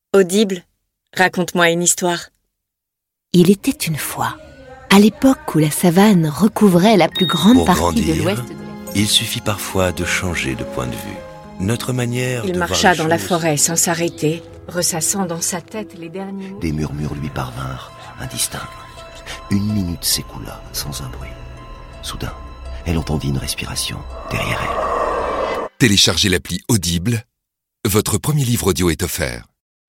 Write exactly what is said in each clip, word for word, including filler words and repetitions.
Audible, raconte-moi une histoire. Il était une fois, à l'époque où la savane recouvrait la plus grande Pour partie grandir, de l'ouest de la... il suffit parfois de changer de point de vue. Notre manière Il de marcha voir les dans la choses, forêt sans s'arrêter, ressassant dans sa tête les derniers mots. Des murmures lui parvinrent, indistincts. Une minute s'écoula sans un bruit. Soudain, elle entendit une respiration derrière elle. Téléchargez l'appli Audible. Votre premier livre audio est offert.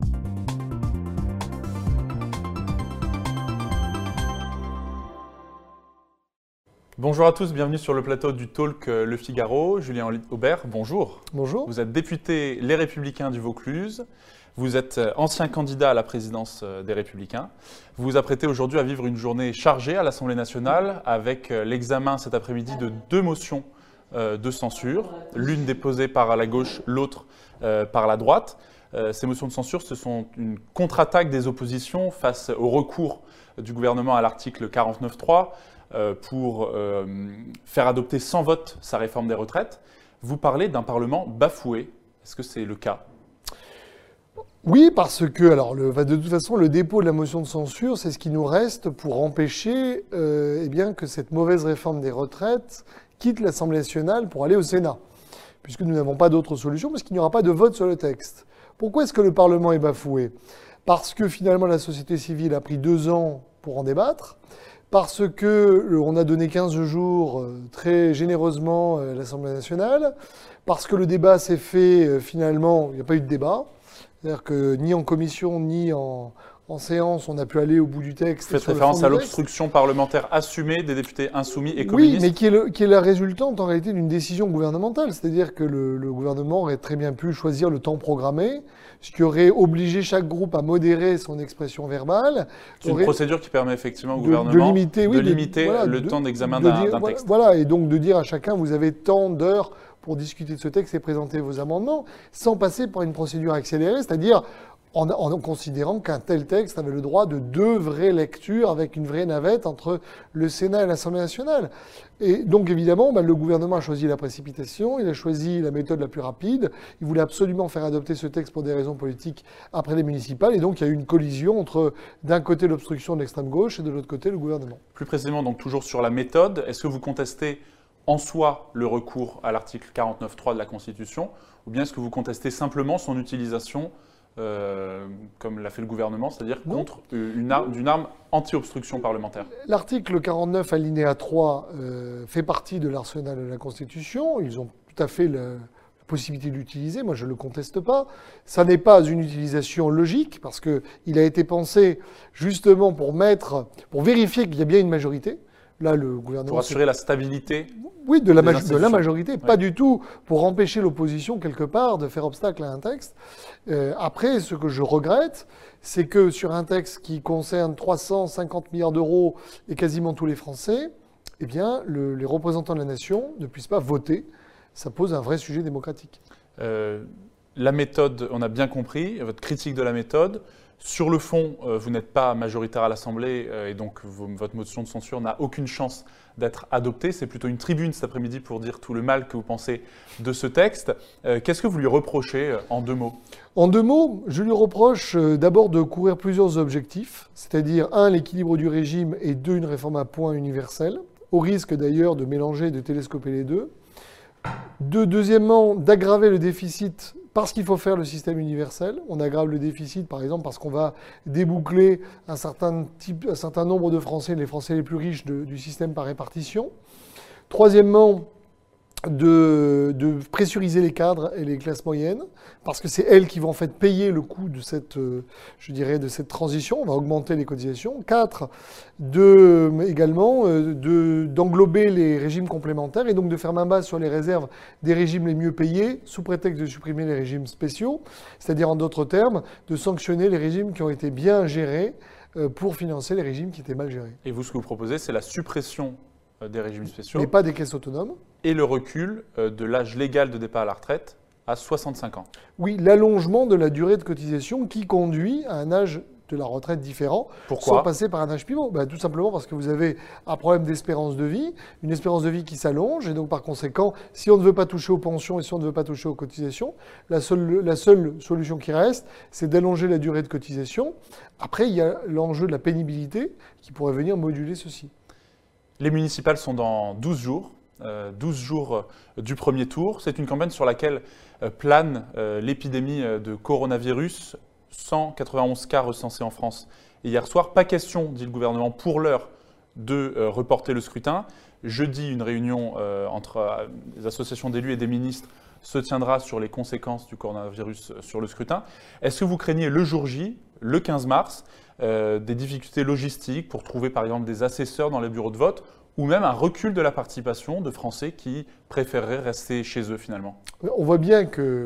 Bonjour à tous, bienvenue sur le plateau du Talk Le Figaro. Julien Aubert, bonjour. Bonjour. Vous êtes député Les Républicains du Vaucluse. Vous êtes ancien candidat à la présidence des Républicains. Vous vous apprêtez aujourd'hui à vivre une journée chargée à l'Assemblée nationale avec l'examen cet après-midi de deux motions de censure, l'une déposée par la gauche, l'autre par la droite. Ces motions de censure, ce sont une contre-attaque des oppositions face au recours du gouvernement à l'article quarante-neuf trois pour faire adopter sans vote sa réforme des retraites. Vous parlez d'un Parlement bafoué. Est-ce que c'est le cas ? Oui, parce que, alors, le, de toute façon, le dépôt de la motion de censure, c'est ce qui nous reste pour empêcher euh, eh bien, que cette mauvaise réforme des retraites quitte l'Assemblée nationale pour aller au Sénat, puisque nous n'avons pas d'autre solution, parce qu'il n'y aura pas de vote sur le texte. Pourquoi est-ce que le Parlement est bafoué ? Parce que, finalement, la société civile a pris deux ans pour en débattre, parce qu'on a donné quinze jours euh, très généreusement à l'Assemblée nationale, parce que le débat s'est fait, euh, finalement, il n'y a pas eu de débat. C'est-à-dire que ni en commission, ni en, en séance, on a pu aller au bout du texte. Vous faites référence à l'obstruction parlementaire assumée des députés insoumis et communistes. Oui, mais qui est, le, qui est la résultante en réalité d'une décision gouvernementale. C'est-à-dire que le, le gouvernement aurait très bien pu choisir le temps programmé, ce qui aurait obligé chaque groupe à modérer son expression verbale. C'est une procédure qui permet effectivement au de, gouvernement de limiter, oui, de limiter de, voilà, le de, temps d'examen de d'un, dire, d'un texte. Voilà, et donc de dire à chacun, vous avez tant d'heures pour discuter de ce texte et présenter vos amendements, sans passer par une procédure accélérée, c'est-à-dire En, en considérant qu'un tel texte avait le droit de deux vraies lectures avec une vraie navette entre le Sénat et l'Assemblée nationale. Et donc évidemment, ben, le gouvernement a choisi la précipitation, il a choisi la méthode la plus rapide, il voulait absolument faire adopter ce texte pour des raisons politiques après les municipales, et donc il y a eu une collision entre d'un côté l'obstruction de l'extrême gauche et de l'autre côté le gouvernement. Plus précisément, donc toujours sur la méthode, est-ce que vous contestez en soi le recours à l'article quarante-neuf trois de la Constitution, ou bien est-ce que vous contestez simplement son utilisation Euh, comme l'a fait le gouvernement, c'est-à-dire non. contre une arme, d'une arme anti-obstruction parlementaire. L'article quarante-neuf alinéa trois euh, fait partie de l'arsenal de la Constitution. Ils ont tout à fait la possibilité de l'utiliser. Moi, je ne le conteste pas. Ça n'est pas une utilisation logique parce qu'il a été pensé justement pour mettre, pour vérifier qu'il y a bien une majorité. Là, le gouvernement... Pour assurer la stabilité Oui, de la, ma- de la majorité, ouais. Pas du tout pour empêcher l'opposition, quelque part, de faire obstacle à un texte. Euh, après, ce que je regrette, c'est que sur un texte qui concerne trois cent cinquante milliards d'euros et quasiment tous les Français, eh bien, le, les représentants de la nation ne puissent pas voter. Ça pose un vrai sujet démocratique. Euh, la méthode, on a bien compris, votre critique de la méthode. Sur le fond, euh, vous n'êtes pas majoritaire à l'Assemblée euh, et donc vous, votre motion de censure n'a aucune chance d'être adoptée. C'est plutôt une tribune cet après-midi pour dire tout le mal que vous pensez de ce texte. Euh, qu'est-ce que vous lui reprochez euh, en deux mots ? En deux mots, je lui reproche euh, d'abord de courir plusieurs objectifs, c'est-à-dire un, l'équilibre du régime et deux, une réforme à points universelle, au risque d'ailleurs de mélanger et de télescoper les deux. Deux, deuxièmement, d'aggraver le déficit parce qu'il faut faire le système universel. On aggrave le déficit, par exemple, parce qu'on va déboucler un certain, type, un certain nombre de Français, les Français les plus riches, de, du système par répartition. Troisièmement, de, de pressuriser les cadres et les classes moyennes, parce que c'est elles qui vont en fait payer le coût de cette, euh, je dirais, de cette transition. On va augmenter les cotisations. Quatre, de, également euh, de, d'englober les régimes complémentaires et donc de faire main basse sur les réserves des régimes les mieux payés, sous prétexte de supprimer les régimes spéciaux, c'est-à-dire en d'autres termes, de sanctionner les régimes qui ont été bien gérés euh, pour financer les régimes qui étaient mal gérés. Et vous, ce que vous proposez, c'est la suppression des régimes spéciaux. Mais pas des caisses autonomes. Et le recul de l'âge légal de départ à la retraite à soixante-cinq ans. Oui, l'allongement de la durée de cotisation qui conduit à un âge de la retraite différent, Pourquoi sans passer par un âge pivot. Ben, tout simplement parce que vous avez un problème d'espérance de vie, une espérance de vie qui s'allonge, et donc par conséquent, si on ne veut pas toucher aux pensions et si on ne veut pas toucher aux cotisations, la seule, la seule solution qui reste, c'est d'allonger la durée de cotisation. Après, il y a l'enjeu de la pénibilité qui pourrait venir moduler ceci. Les municipales sont dans douze jours. Euh, douze jours euh, du premier tour. C'est une campagne sur laquelle euh, plane euh, l'épidémie euh, de coronavirus. cent quatre-vingt-onze cas recensés en France hier soir. Pas question, dit le gouvernement, pour l'heure, de euh, reporter le scrutin. Jeudi, une réunion euh, entre euh, les associations d'élus et des ministres se tiendra sur les conséquences du coronavirus sur le scrutin. Est-ce que vous craignez le jour J, le quinze mars, euh, des difficultés logistiques pour trouver par exemple des assesseurs dans les bureaux de vote, ou même un recul de la participation de Français qui préféreraient rester chez eux finalement? On voit bien qu'il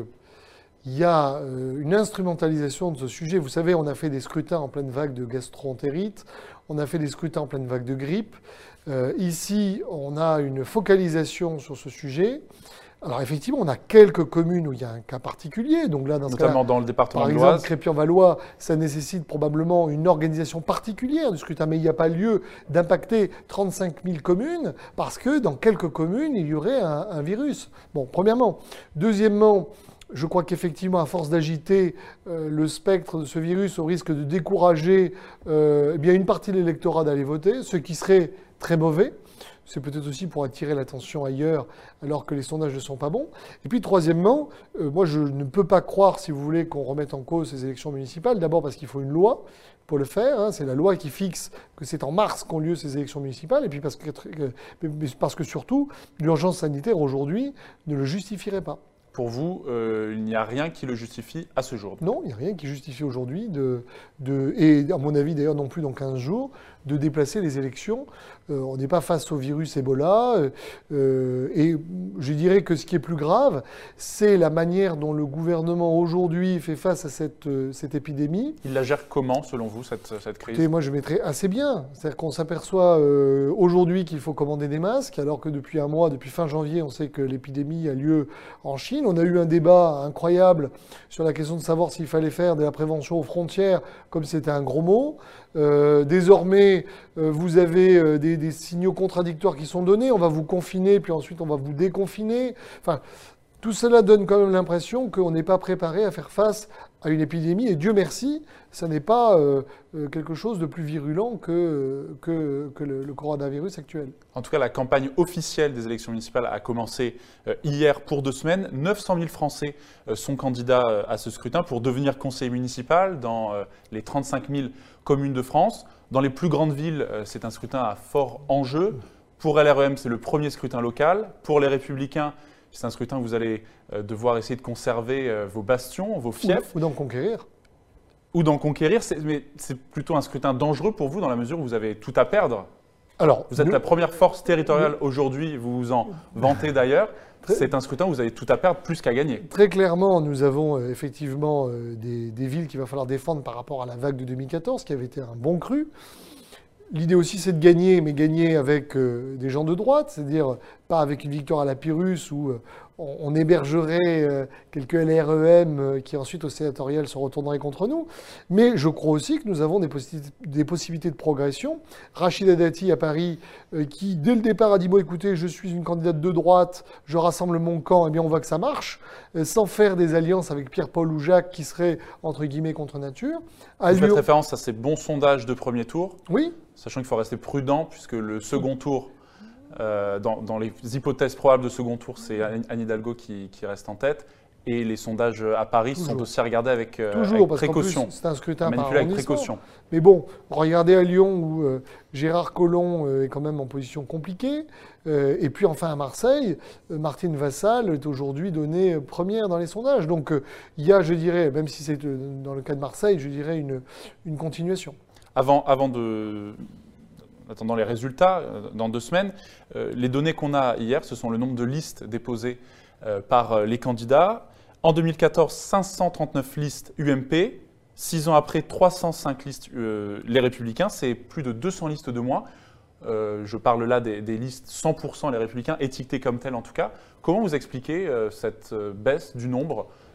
y a une instrumentalisation de ce sujet. Vous savez, on a fait des scrutins en pleine vague de gastro-entérite, on a fait des scrutins en pleine vague de grippe. Euh, ici, on a une focalisation sur ce sujet. Alors effectivement, on a quelques communes où il y a un cas particulier. Donc là, dans ce Notamment cas-là, dans le département par de exemple, l'Oise. Crépy-en-Valois, ça nécessite probablement une organisation particulière du scrutin, mais il n'y a pas lieu d'impacter trente-cinq mille communes parce que dans quelques communes, il y aurait un, un virus. Bon, premièrement. Deuxièmement, je crois qu'effectivement, à force d'agiter euh, le spectre de ce virus, au risque de décourager euh, eh bien une partie de l'électorat d'aller voter, ce qui serait très mauvais. C'est peut-être aussi pour attirer l'attention ailleurs, alors que les sondages ne sont pas bons. Et puis, troisièmement, euh, moi, je ne peux pas croire, si vous voulez, qu'on remette en cause ces élections municipales. D'abord parce qu'il faut une loi pour le faire. Hein. C'est la loi qui fixe que c'est en mars qu'ont lieu ces élections municipales. Et puis parce que, parce que surtout, l'urgence sanitaire, aujourd'hui, ne le justifierait pas. Pour vous, euh, il n'y a rien qui le justifie à ce jour? Non, il n'y a rien qui justifie aujourd'hui, de, de, et à mon avis d'ailleurs non plus dans quinze jours, de déplacer les élections. Euh, on n'est pas face au virus Ebola. Euh, et je dirais que ce qui est plus grave, c'est la manière dont le gouvernement aujourd'hui fait face à cette, cette épidémie. Il la gère comment, selon vous, cette, cette crise? Écoutez, moi, je mettrais assez bien. C'est-à-dire qu'on s'aperçoit euh, aujourd'hui qu'il faut commander des masques, alors que depuis un mois, depuis fin janvier, on sait que l'épidémie a lieu en Chine. On a eu un débat incroyable sur la question de savoir s'il fallait faire de la prévention aux frontières, comme c'était un gros mot. Euh, désormais, euh, vous avez euh, des, des signaux contradictoires qui sont donnés. On va vous confiner, puis ensuite on va vous déconfiner. Enfin, tout cela donne quand même l'impression qu'on n'est pas préparé à faire face à une épidémie. Et Dieu merci, ça n'est pas euh, quelque chose de plus virulent que, que, que le, le coronavirus actuel. En tout cas, la campagne officielle des élections municipales a commencé euh, hier pour deux semaines. neuf cent mille Français euh, sont candidats euh, à ce scrutin pour devenir conseiller municipal dans euh, les trente-cinq mille communes de France. Dans les plus grandes villes, euh, c'est un scrutin à fort enjeu. Pour L R E M, c'est le premier scrutin local. Pour les Républicains, c'est un scrutin où vous allez euh, devoir essayer de conserver euh, vos bastions, vos fiefs. Ou d'en conquérir. Ou d'en conquérir. C'est, mais c'est plutôt un scrutin dangereux pour vous dans la mesure où vous avez tout à perdre. Alors, vous êtes nous, la première force territoriale aujourd'hui, vous vous en vantez d'ailleurs. C'est un scrutin où vous avez tout à perdre plus qu'à gagner. Très clairement, nous avons euh, effectivement euh, des, des villes qu'il va falloir défendre par rapport à la vague de deux mille quatorze, qui avait été un bon cru. L'idée aussi, c'est de gagner, mais gagner avec euh, des gens de droite, c'est-à-dire pas avec une victoire à la Pyrrhus où euh, on, on hébergerait euh, quelques L R E M euh, qui ensuite au sénatorial se retourneraient contre nous. Mais je crois aussi que nous avons des, possi des possibilités de progression. Rachida Dati à Paris, euh, qui dès le départ a dit « Bon, écoutez, je suis une candidate de droite, je rassemble mon camp, eh bien on voit que ça marche euh, », sans faire des alliances avec Pierre-Paul ou Jacques qui seraient entre guillemets contre nature. À Vous Lyon... faites référence à ces bons sondages de premier tour. Oui. Sachant qu'il faut rester prudent, puisque le second tour, euh, dans, dans les hypothèses probables de second tour, c'est Anne Hidalgo qui, qui reste en tête. Et les sondages à Paris Toujours. sont aussi à regarder avec, euh, Toujours, avec parce précaution. C'est un scrutin par avec précaution. Mais bon, regardez à Lyon où euh, Gérard Collomb euh, est quand même en position compliquée. Euh, et puis enfin à Marseille, euh, Martine Vassal est aujourd'hui donnée première dans les sondages. Donc euh, il y a, je dirais, même si c'est euh, dans le cas de Marseille, je dirais une, une continuation. Avant, avant de... Attendant les résultats, dans deux semaines, euh, les données qu'on a hier, ce sont le nombre de listes déposées euh, par les candidats. En deux mille quatorze, cinq cent trente-neuf listes U M P. Six ans après, trois cent cinq listes euh, Les Républicains. C'est plus de deux cents listes de moins. Euh, je parle là des, des listes cent pour cent Les Républicains, étiquetées comme telles en tout cas. Comment vous expliquez euh, cette euh, baisse du nombre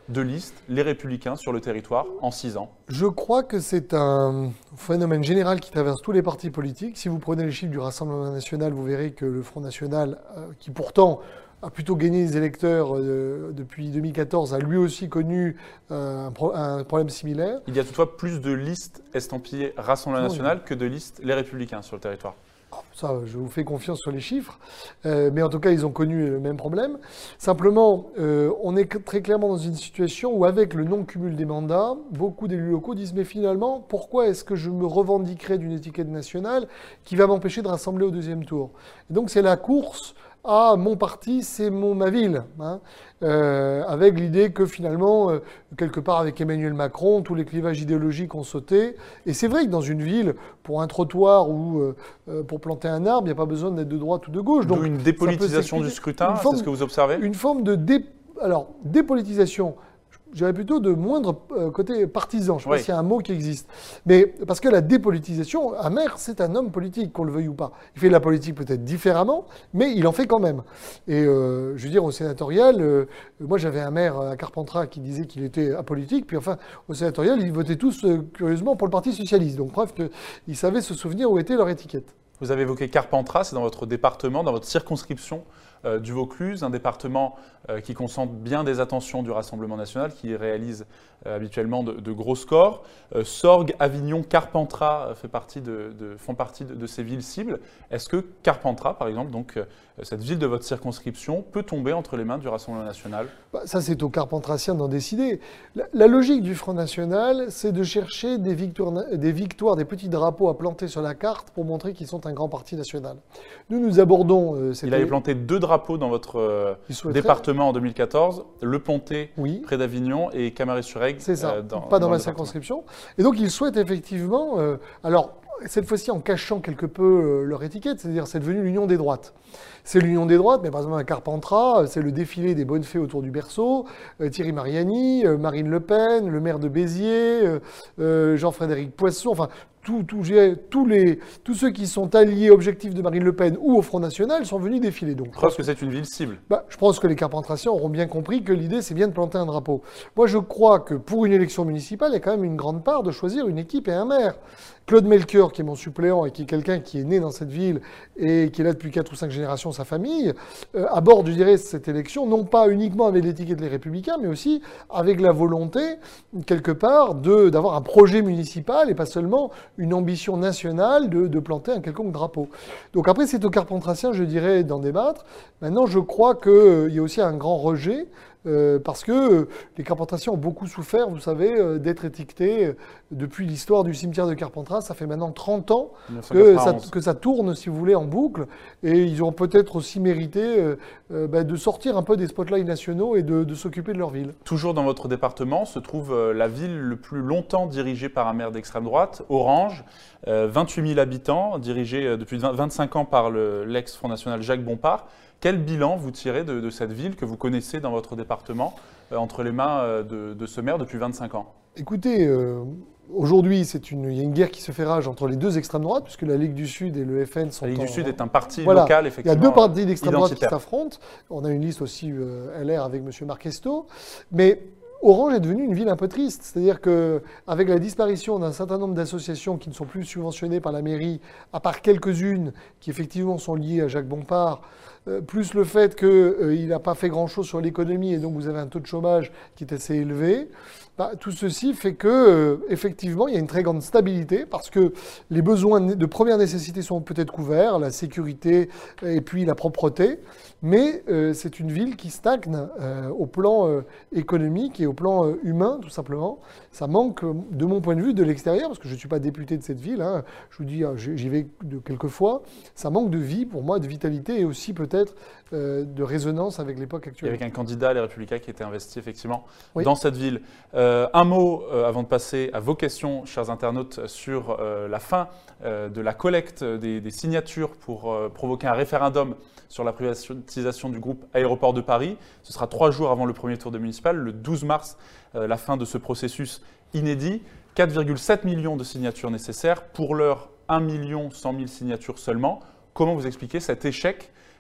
deux listes, les Républicains sur le territoire en six ans? Je crois que c'est un phénomène général qui traverse tous les partis politiques. Si vous prenez les chiffres du Rassemblement national, vous verrez que le Front national, euh, qui pourtant a plutôt gagné des électeurs euh, depuis deux mille quatorze, a lui aussi connu euh, un, pro un problème similaire. Il y a toutefois plus de listes estampillées Rassemblement national que de listes les Républicains sur le territoire. Ça, je vous fais confiance sur les chiffres, euh, mais en tout cas, ils ont connu le même problème. Simplement, euh, on est très clairement dans une situation où, avec le non-cumul des mandats, beaucoup d'élus locaux disent « mais finalement, pourquoi est-ce que je me revendiquerai d'une étiquette nationale qui va m'empêcher de rassembler au deuxième tour ?» Et donc, c'est la course à mon parti, c'est mon, ma ville, hein, euh, avec l'idée que finalement, euh, quelque part avec Emmanuel Macron, tous les clivages idéologiques ont sauté. Et c'est vrai que dans une ville, pour un trottoir ou euh, pour planter un arbre, il n'y a pas besoin d'être de droite ou de gauche. Donc une dépolitisation du scrutin, c'est ce que vous observez? Une forme de dé... Alors, dépolitisation, je dirais plutôt de moindre euh, côté partisan. Je ne sais oui. pas s'il y a un mot qui existe. Mais parce que la dépolitisation, un maire, c'est un homme politique, qu'on le veuille ou pas. Il fait de la politique peut-être différemment, mais il en fait quand même. Et euh, je veux dire, au sénatorial, euh, moi j'avais un maire à Carpentras qui disait qu'il était apolitique, puis enfin, au sénatorial, ils votaient tous, euh, curieusement, pour le Parti socialiste. Donc preuve qu'ils savaient se souvenir où était leur étiquette. Vous avez évoqué Carpentras, c'est dans votre département, dans votre circonscription euh, du Vaucluse, un département euh, qui concentre bien des attentions du Rassemblement national, qui réalise euh, habituellement de, de gros scores. Euh, Sorgues, Avignon, Carpentras fait partie de, de, font partie de, de ces villes cibles. Est-ce que Carpentras, par exemple, donc euh, cette ville de votre circonscription, peut tomber entre les mains du Rassemblement national? Bah, ça, c'est aux Carpentrassiens d'en décider. La, la logique du Front national, c'est de chercher des victoires, des victoires, des petits drapeaux à planter sur la carte pour montrer qu'ils sont un grand parti national. Nous, nous abordons... Euh, Il avait planté deux drapeaux dans votre euh, département en deux mille quatorze, Le Pontet, oui. près d'Avignon, et Camaret-sur-Aigle. C'est ça, euh, dans, pas dans, dans ma circonscription. Et donc, ils souhaitent effectivement... Euh, alors, cette fois-ci en cachant quelque peu euh, leur étiquette, c'est-à-dire c'est devenu l'union des droites. C'est l'union des droites, mais par exemple à Carpentras, c'est le défilé des bonnes fées autour du berceau, euh, Thierry Mariani, euh, Marine Le Pen, le maire de Béziers, euh, euh, Jean-Frédéric Poisson, enfin tout, tout, tous, les, tous ceux qui sont alliés objectifs de Marine Le Pen ou au Front national sont venus défiler. Donc, je pense que c'est une ville cible. Bah, je pense que les Carpentrassiens auront bien compris que l'idée c'est bien de planter un drapeau. Moi je crois que pour une élection municipale, il y a quand même une grande part de choisir une équipe et un maire. Claude Melchior, qui est mon suppléant et qui est quelqu'un qui est né dans cette ville et qui est là depuis quatre ou cinq générations, sa famille, euh, aborde, je dirais, cette élection, non pas uniquement avec l'étiquette des Républicains, mais aussi avec la volonté, quelque part, d'avoir un projet municipal et pas seulement une ambition nationale de, de planter un quelconque drapeau. Donc après, c'est aux Carpentrassiens, je dirais, d'en débattre. Maintenant, je crois qu'il euh, y a aussi un grand rejet, Euh, parce que euh, les Carpentrassiens ont beaucoup souffert, vous savez, euh, d'être étiquetés euh, depuis l'histoire du cimetière de Carpentras. Ça fait maintenant trente ans que ça, que ça tourne, si vous voulez, en boucle. Et ils ont peut-être aussi mérité euh, euh, bah, de sortir un peu des spotlights nationaux et de, de s'occuper de leur ville. Toujours dans votre département se trouve euh, la ville le plus longtemps dirigée par un maire d'extrême droite, Orange. Euh, vingt-huit mille habitants, dirigée euh, depuis vingt-cinq ans par l'ex-Front national Jacques Bompard. Quel bilan vous tirez de, de cette ville que vous connaissez dans votre département, euh, entre les mains euh, de, de ce maire depuis vingt-cinq ans? Écoutez, euh, aujourd'hui, il y a une guerre qui se fait rage entre les deux extrêmes droites, puisque la Ligue du Sud et le F N sont... La Ligue en, du Sud est un parti voilà, local, effectivement. Il y a deux partis d'extrême droite qui s'affrontent. On a une liste aussi euh, L R avec M. Marquesto. Mais Orange est devenue une ville un peu triste. C'est-à-dire qu'avec la disparition d'un certain nombre d'associations qui ne sont plus subventionnées par la mairie, à part quelques-unes qui effectivement sont liées à Jacques Bompard, Euh, plus le fait qu'il euh, n'a pas fait grand-chose sur l'économie et donc vous avez un taux de chômage qui est assez élevé, bah, tout ceci fait que euh, effectivement il y a une très grande stabilité parce que les besoins de première nécessité sont peut-être couverts, la sécurité et puis la propreté, mais euh, c'est une ville qui stagne euh, au plan euh, économique et au plan euh, humain tout simplement. Ça manque de mon point de vue de l'extérieur, parce que je ne suis pas député de cette ville, hein, je vous dis j'y vais de quelques fois, ça manque de vie pour moi, de vitalité et aussi peut-être peut-être euh, de résonance avec l'époque actuelle. Et avec un candidat, les Républicains, qui était investi effectivement oui. dans cette ville. Euh, un mot euh, avant de passer à vos questions, chers internautes, sur euh, la fin euh, de la collecte des, des signatures pour euh, provoquer un référendum sur la privatisation du groupe Aéroports de Paris. Ce sera trois jours avant le premier tour de municipal, le douze mars, euh, la fin de ce processus inédit. quatre virgule sept millions de signatures nécessaires, pour l'heure un million cent mille signatures seulement. Comment vous expliquez cet échec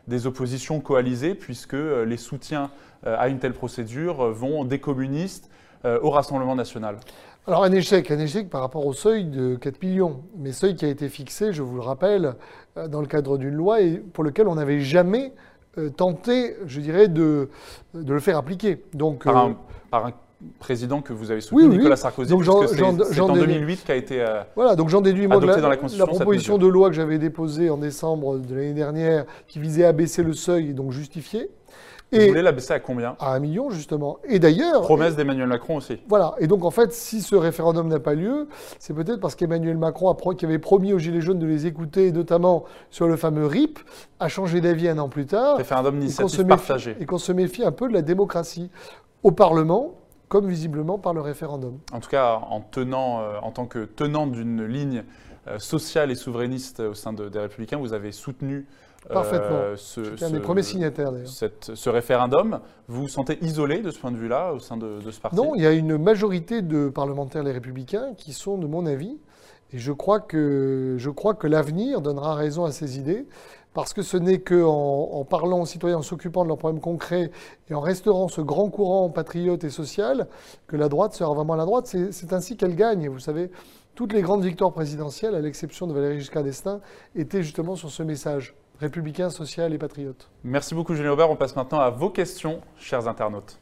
des oppositions coalisées, puisque les soutiens à une telle procédure vont des communistes au Rassemblement national. Alors un échec, un échec par rapport au seuil de quatre millions, mais seuil qui a été fixé, je vous le rappelle, dans le cadre d'une loi et pour lequel on n'avait jamais tenté, je dirais, de, de le faire appliquer. Donc, par, euh, un, par un président que vous avez soutenu, oui, Nicolas oui. Sarkozy, donc, puisque c'est en déduis, deux mille huit qu'a été euh, voilà, donc j'en déduis moi de la, dans la, Constitution, la proposition de loi que j'avais déposée en décembre de l'année dernière, qui visait à baisser le seuil et donc justifier. Vous et voulez la baisser à combien? À un million, justement. Et d'ailleurs... Promesse d'Emmanuel Macron aussi. Voilà. Et donc, en fait, si ce référendum n'a pas lieu, c'est peut-être parce qu'Emmanuel Macron, a pro- qui avait promis aux Gilets jaunes de les écouter, notamment sur le fameux R I P, a changé d'avis un an plus tard. Référendum d'initiative méfie, partagée. Et qu'on se méfie un peu de la démocratie au Parlement, comme visiblement par le référendum. En tout cas, en, tenant, euh, en tant que tenant d'une ligne euh, sociale et souverainiste au sein de, des Républicains, vous avez soutenu Parfaitement. Euh, ce, C'était un ce, des premiers signataires, d'ailleurs. Cette, ce référendum. Vous vous sentez isolé de ce point de vue-là au sein de, de ce parti? Non, il y a une majorité de parlementaires les Républicains qui sont de mon avis. Et je crois que, je crois que l'avenir donnera raison à ces idées. Parce que ce n'est qu'en en parlant aux citoyens, en s'occupant de leurs problèmes concrets et en restaurant ce grand courant patriote et social que la droite sera vraiment la droite. C'est, c'est ainsi qu'elle gagne. Vous savez, toutes les grandes victoires présidentielles, à l'exception de Valéry Giscard d'Estaing, étaient justement sur ce message. Républicain, social et patriote. Merci beaucoup Julien Aubert. On passe maintenant à vos questions, chers internautes.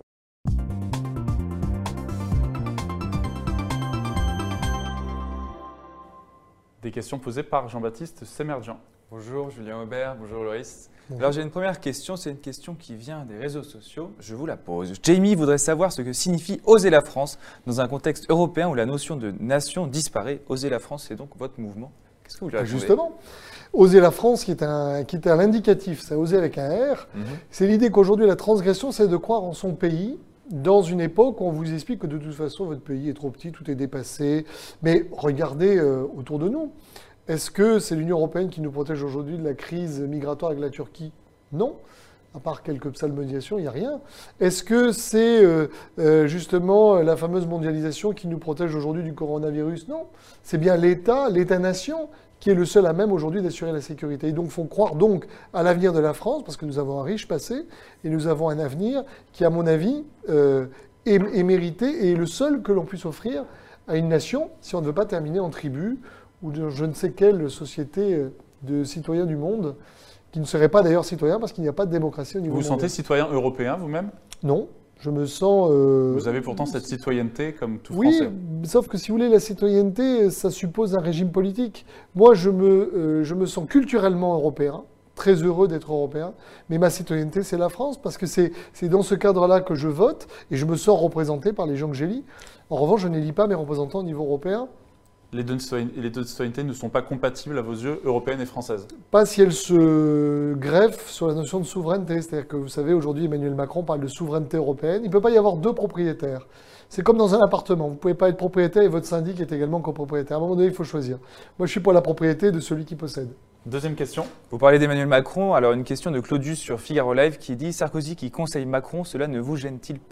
Des questions posées par Jean-Baptiste Semerjian. Bonjour Julien Aubert, bonjour Loris. Bonjour. Alors j'ai une première question, c'est une question qui vient des réseaux sociaux. Je vous la pose. Jamie voudrait savoir ce que signifie Oser la France dans un contexte européen où la notion de nation disparaît. Oser la France, c'est donc votre mouvement. Qu'est-ce que vous lui répondez? Justement. Oser la France, qui est un, qui est un indicatif, c'est oser avec un R, mm-hmm. C'est l'idée qu'aujourd'hui la transgression, c'est de croire en son pays dans une époque où on vous explique que de toute façon votre pays est trop petit, tout est dépassé. Mais regardez euh, autour de nous. Est-ce que c'est l'Union européenne qui nous protège aujourd'hui de la crise migratoire avec la Turquie? Non. À part quelques psalmodiations, il n'y a rien. Est-ce que c'est euh, euh, justement la fameuse mondialisation qui nous protège aujourd'hui du coronavirus? Non. C'est bien l'État, l'État-nation, qui est le seul à même aujourd'hui d'assurer la sécurité. Et donc, il faut croire donc à l'avenir de la France, parce que nous avons un riche passé, et nous avons un avenir qui, à mon avis, euh, est, est mérité et est le seul que l'on puisse offrir à une nation, si on ne veut pas terminer en tribu, ou de je ne sais quelle société de citoyens du monde, qui ne seraient pas d'ailleurs citoyens, parce qu'il n'y a pas de démocratie au niveau mondial. Vous vous sentez citoyen européen vous-même? Non. Je me sens... Euh... Vous avez pourtant cette citoyenneté comme tout oui, Français. Oui, sauf que si vous voulez, la citoyenneté, ça suppose un régime politique. Moi, je me, euh, je me sens culturellement européen, très heureux d'être européen, mais ma citoyenneté, c'est la France, parce que c'est, c'est dans ce cadre-là que je vote, et je me sens représenté par les gens que j'élis. En revanche, je n'élis pas mes représentants au niveau européen. Les deux, les deux citoyennetés ne sont pas compatibles à vos yeux, européennes et françaises? Pas si elles se greffent sur la notion de souveraineté. C'est-à-dire que vous savez, aujourd'hui, Emmanuel Macron parle de souveraineté européenne. Il ne peut pas y avoir deux propriétaires. C'est comme dans un appartement. Vous ne pouvez pas être propriétaire et votre syndic est également copropriétaire. À un moment donné, il faut choisir. Moi, je suis pour la propriété de celui qui possède. Deuxième question. Vous parlez d'Emmanuel Macron. Alors, une question de Claudius sur Figaro Live qui dit « Sarkozy qui conseille Macron, cela ne vous gêne-t-il pas ?»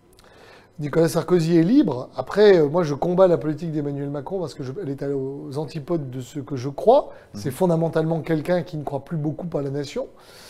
Nicolas Sarkozy est libre. Après, moi, je combats la politique d'Emmanuel Macron parce qu'elle est aux antipodes de ce que je crois. Mmh. C'est fondamentalement quelqu'un qui ne croit plus beaucoup à la nation.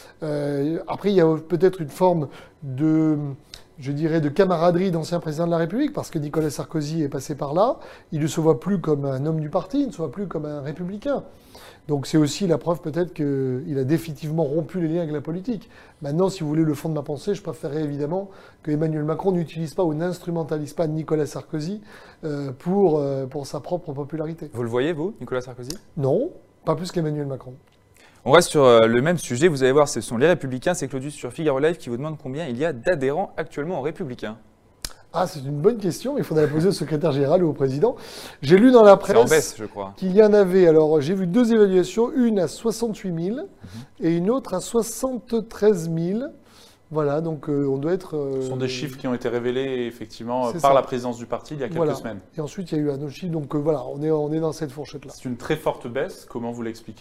Euh, après, il y a peut-être une forme de, je dirais, de camaraderie d'ancien président de la République parce que Nicolas Sarkozy est passé par là. Il ne se voit plus comme un homme du parti, il ne se voit plus comme un républicain. Donc c'est aussi la preuve peut-être qu'il a définitivement rompu les liens avec la politique. Maintenant, si vous voulez le fond de ma pensée, je préférerais évidemment que Emmanuel Macron n'utilise pas ou n'instrumentalise pas Nicolas Sarkozy euh, pour, euh, pour sa propre popularité. Vous le voyez, vous, Nicolas Sarkozy? Non, pas plus qu'Emmanuel Macron. On reste sur euh, le même sujet, vous allez voir, ce sont les Républicains, c'est Claudius sur Figaro Live qui vous demande combien il y a d'adhérents actuellement aux Républicains. Ah, c'est une bonne question, mais il faudrait la poser au secrétaire général ou au président. J'ai lu dans la presse en baisse, je crois. Qu'il y en avait, alors j'ai vu deux évaluations, une à soixante-huit mille mm-hmm. et une autre à soixante-treize mille. Voilà, donc euh, on doit être... Euh, Ce sont des chiffres qui ont été révélés effectivement par ça. la présidence du parti il y a quelques voilà. semaines. Et ensuite, il y a eu un autre chiffre, donc euh, voilà, on est, on est dans cette fourchette-là. C'est une très forte baisse, comment vous l'expliquez ?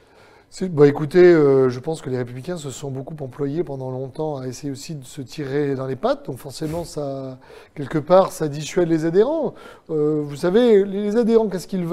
Bah écoutez, euh, je pense que les Républicains se sont beaucoup employés pendant longtemps à essayer aussi de se tirer dans les pattes. Donc forcément, ça, quelque part, ça dissuade les adhérents. Euh, vous savez, les adhérents, qu'est-ce qu'ils veulent ?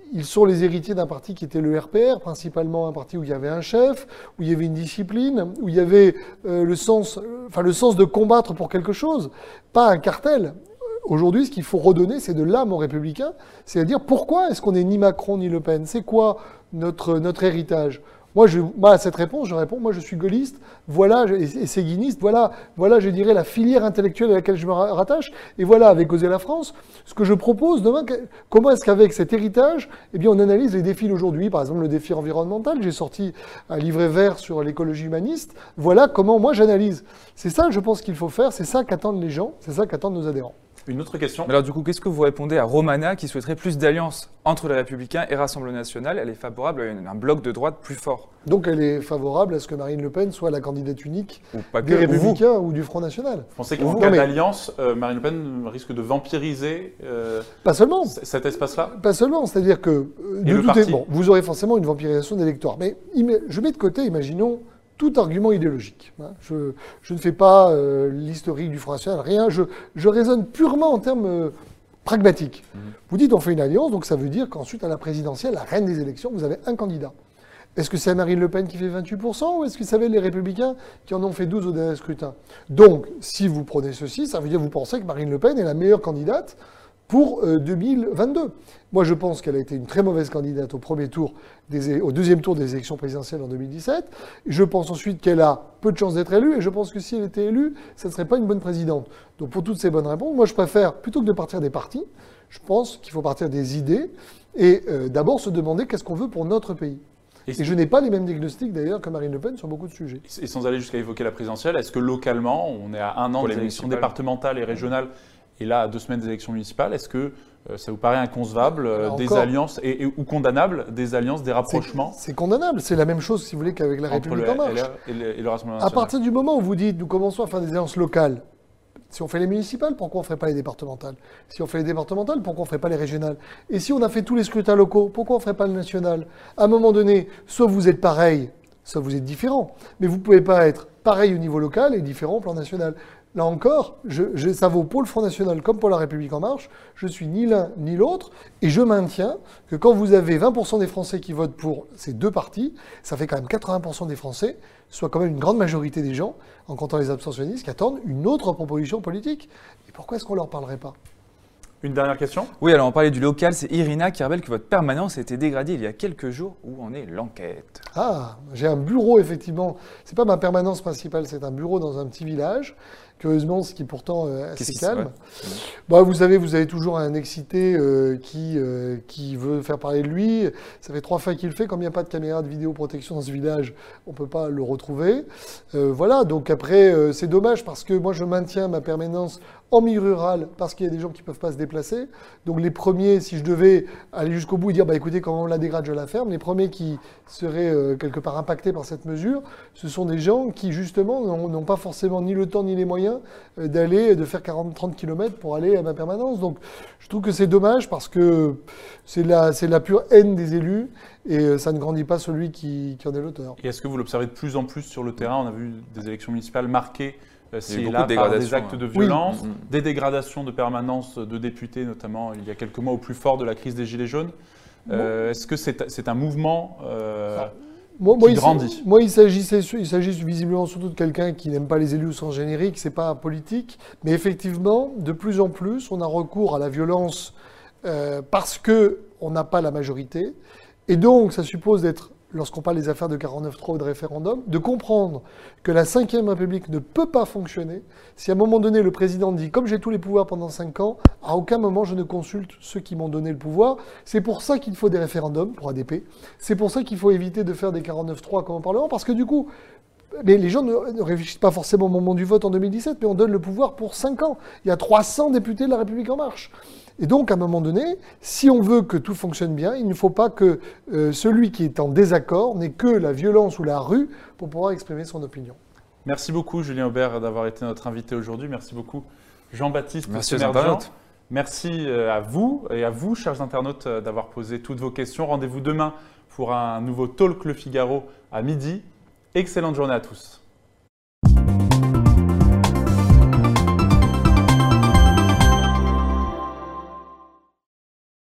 ils sont les héritiers d'un parti qui était le R P R, principalement un parti où il y avait un chef, où il y avait une discipline, où il y avait euh, le sens, euh, enfin le sens de combattre pour quelque chose, pas un cartel. Aujourd'hui, ce qu'il faut redonner, c'est de l'âme aux Républicains, c'est-à-dire pourquoi est-ce qu'on n'est ni Macron ni Le Pen? C'est quoi notre, notre héritage? Moi, je, moi, à cette réponse, je réponds, moi je suis gaulliste, voilà, et, et séguiniste, voilà, voilà, je dirais, la filière intellectuelle à laquelle je me rattache, et voilà, avec Oser la France, ce que je propose demain, comment est-ce qu'avec cet héritage, eh bien, on analyse les défis d'aujourd'hui, par exemple le défi environnemental, j'ai sorti un livret vert sur l'écologie humaniste, voilà comment moi j'analyse. C'est ça, je pense qu'il faut faire, c'est ça qu'attendent les gens, c'est ça qu'attendent nos adhérents. Une autre question. Alors du coup, qu'est-ce que vous répondez à Romana qui souhaiterait plus d'alliance entre les Républicains et Rassemblement National? Elle est favorable à un bloc de droite plus fort. Donc elle est favorable à ce que Marine Le Pen soit la candidate unique Ou pas des que, Républicains ou, ou du Front National. Vous pensez qu'en Non, cas mais- d'alliance, euh, Marine Le Pen risque de vampiriser euh, Pas seulement. c- cet espace-là? Pas seulement, c'est-à-dire que euh, Et de le tout est- parti bon, vous aurez forcément une vampirisation d'électeurs. Mais ima- je mets de côté, imaginons, tout argument idéologique. hein. Je, je ne fais pas euh, l'historique du Front National, rien. Je, je raisonne purement en termes euh, pragmatiques. Mhm. Vous dites on fait une alliance, donc ça veut dire qu'ensuite à la présidentielle, la reine des élections, vous avez un candidat. Est-ce que c'est Marine Le Pen qui fait vingt-huit pour cent ou est-ce que ça va être les Républicains qui en ont fait douze au dernier scrutin? Donc, si vous prenez ceci, ça veut dire que vous pensez que Marine Le Pen est la meilleure candidate pour euh, deux mille vingt-deux. Moi, je pense qu'elle a été une très mauvaise candidate au premier tour, des, é- au deuxième tour des élections présidentielles en deux mille dix-sept. Je pense ensuite qu'elle a peu de chances d'être élue, et je pense que si elle était élue, ça ne serait pas une bonne présidente. Donc, pour toutes ces bonnes réponses, moi, je préfère, plutôt que de partir des partis, je pense qu'il faut partir des idées, et euh, d'abord se demander qu'est-ce qu'on veut pour notre pays. Et, Et je n'ai pas les mêmes diagnostics, d'ailleurs, que Marine Le Pen sur beaucoup de sujets. et sans aller jusqu'à évoquer la présidentielle, est-ce que localement, on est à un an Pour des les élections municipales. départementales et régionales, et là, à deux semaines des élections municipales, est-ce que euh, ça vous paraît inconcevable, euh, Là des encore. alliances, et, et- ou condamnable, des alliances, des C'est- rapprochements C'est condamnable. C'est la même chose, si vous voulez, qu'avec la entre le République en marche. L R et le, et le Rassemblement À national? partir du moment où vous dites, nous commençons à faire des alliances locales, si on fait les municipales, pourquoi on ne ferait pas les départementales? Si on fait les départementales, pourquoi on ne ferait pas les régionales? Et si on a fait tous les scrutins locaux, pourquoi on ne ferait pas le national? À un moment donné, soit vous êtes pareil, soit vous êtes différent. Mais vous ne pouvez pas être pareil au niveau local et différent au plan national. Là encore, je, je- ça vaut pour le Front National comme pour la République En Marche. Je suis ni l'un ni l'autre. Et je maintiens que quand vous avez vingt pour cent des Français qui votent pour ces deux partis, ça fait quand même quatre-vingts pour cent des Français, soit quand même une grande majorité des gens, en comptant les abstentionnistes, qui attendent une autre proposition politique. Et pourquoi est-ce qu'on ne leur parlerait pas? Une dernière question? Oui, alors on parlait du local, c'est Irina qui révèle que votre permanence a été dégradée il y a quelques jours. Où en est l'enquête? Ah, j'ai un bureau, effectivement. C'est pas ma permanence principale, c'est un bureau dans un petit village. Curieusement, ce qui est pourtant euh, assez Qu'est-ce qui se calme. passe? Bah, vous savez, vous avez toujours un excité euh, qui, euh, qui veut faire parler de lui. Ça fait trois fois qu'il le fait. Comme il n'y a pas de caméra de vidéoprotection dans ce village, on ne peut pas le retrouver. Euh, voilà, donc après, euh, c'est dommage parce que moi, je maintiens ma permanence en milieu rural parce qu'il y a des gens qui ne peuvent pas se déplacer. Donc les premiers, si je devais aller jusqu'au bout et dire, bah, écoutez, quand on la dégrade, je la ferme, les premiers qui seraient euh, quelque part impactés par cette mesure, ce sont des gens qui, justement, n'ont n'ont pas forcément ni le temps ni les moyens euh, d'aller, de faire quarante à trente kilomètres pour aller à ma permanence. Donc je trouve que c'est dommage parce que c'est la, c'est la pure haine des élus et euh, ça ne grandit pas celui qui, qui en est l'auteur. Et est-ce que vous l'observez de plus en plus sur le terrain? On a vu des élections municipales marquées euh, Il y a ci eu et beaucoup là de par des dégradations, actes de hein. violence, Oui. des dégradations de permanence de députés, notamment il y a quelques mois au plus fort de la crise des Gilets jaunes. Euh, Est-ce que c'est c'est un mouvement euh, Moi, qui moi, il, grandit. moi, il s'agissait, il s'agit visiblement surtout de quelqu'un qui n'aime pas les élus au sens générique, c'est pas politique, mais effectivement, de plus en plus, on a recours à la violence euh, parce que on n'a pas la majorité, et donc ça suppose d'être, lorsqu'on parle des affaires de quarante-neuf trois ou de référendum, de comprendre que la cinquième République ne peut pas fonctionner si à un moment donné le président dit « comme j'ai tous les pouvoirs pendant cinq ans, à aucun moment je ne consulte ceux qui m'ont donné le pouvoir ». C'est pour ça qu'il faut des référendums pour A D P, c'est pour ça qu'il faut éviter de faire des quarante-neuf trois comme au Parlement, parce que du coup, mais les gens ne, ne réfléchissent pas forcément au moment du vote en deux mille dix-sept, mais on donne le pouvoir pour cinq ans. Il y a trois cents députés de La République En Marche. Et donc, à un moment donné, si on veut que tout fonctionne bien, il ne faut pas que euh, celui qui est en désaccord n'ait que la violence ou la rue pour pouvoir exprimer son opinion. Merci beaucoup Julien Aubert d'avoir été notre invité aujourd'hui. Merci beaucoup Jean-Baptiste Merci aux Semerjian. internautes. Merci euh, à vous et à vous, chers internautes, euh, d'avoir posé toutes vos questions. Rendez-vous demain pour un nouveau Talk Le Figaro à midi. Excellente journée à tous.